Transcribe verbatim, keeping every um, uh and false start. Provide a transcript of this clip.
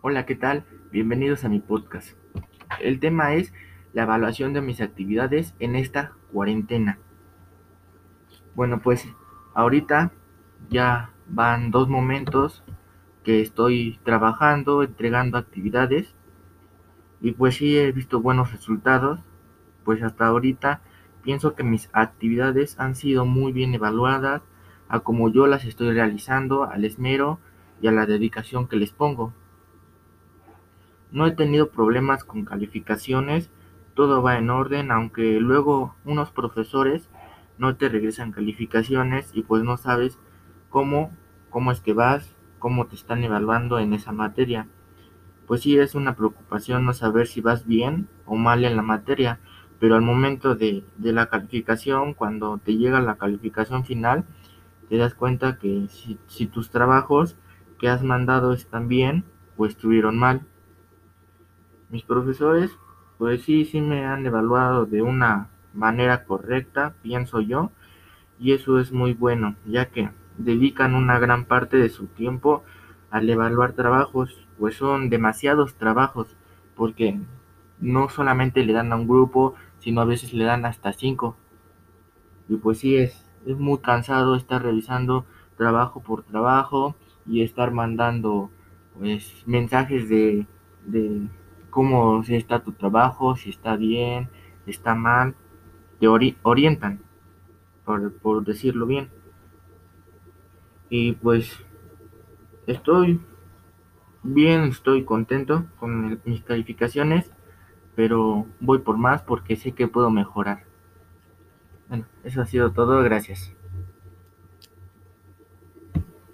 Hola, ¿qué tal? Bienvenidos a mi podcast. El tema es la evaluación de mis actividades en esta cuarentena. Bueno, pues ahorita ya van dos momentos que estoy trabajando, entregando actividades y pues sí he visto buenos resultados. Pues hasta ahorita pienso que mis actividades han sido muy bien evaluadas a como yo las estoy realizando, al esmero y a la dedicación que les pongo. No he tenido problemas con calificaciones, todo va en orden, aunque luego unos profesores no te regresan calificaciones y pues no sabes cómo, cómo es que vas, cómo te están evaluando en esa materia. Pues sí es una preocupación no saber si vas bien o mal en la materia, pero al momento de, de la calificación, cuando te llega la calificación final, te das cuenta que si, si tus trabajos que has mandado están bien o estuvieron mal. Mis profesores, pues sí, sí me han evaluado de una manera correcta, pienso yo, y eso es muy bueno, ya que dedican una gran parte de su tiempo al evaluar trabajos, pues son demasiados trabajos, porque no solamente le dan a un grupo, sino a veces le dan hasta cinco. Y pues sí, es, es muy cansado estar revisando trabajo por trabajo y estar mandando pues mensajes de, de cómo si está tu trabajo, si está bien, está mal, te ori- orientan, por, por decirlo bien. Y pues estoy bien, estoy contento con el- mis calificaciones, pero voy por más porque sé que puedo mejorar. Bueno, eso ha sido todo, gracias.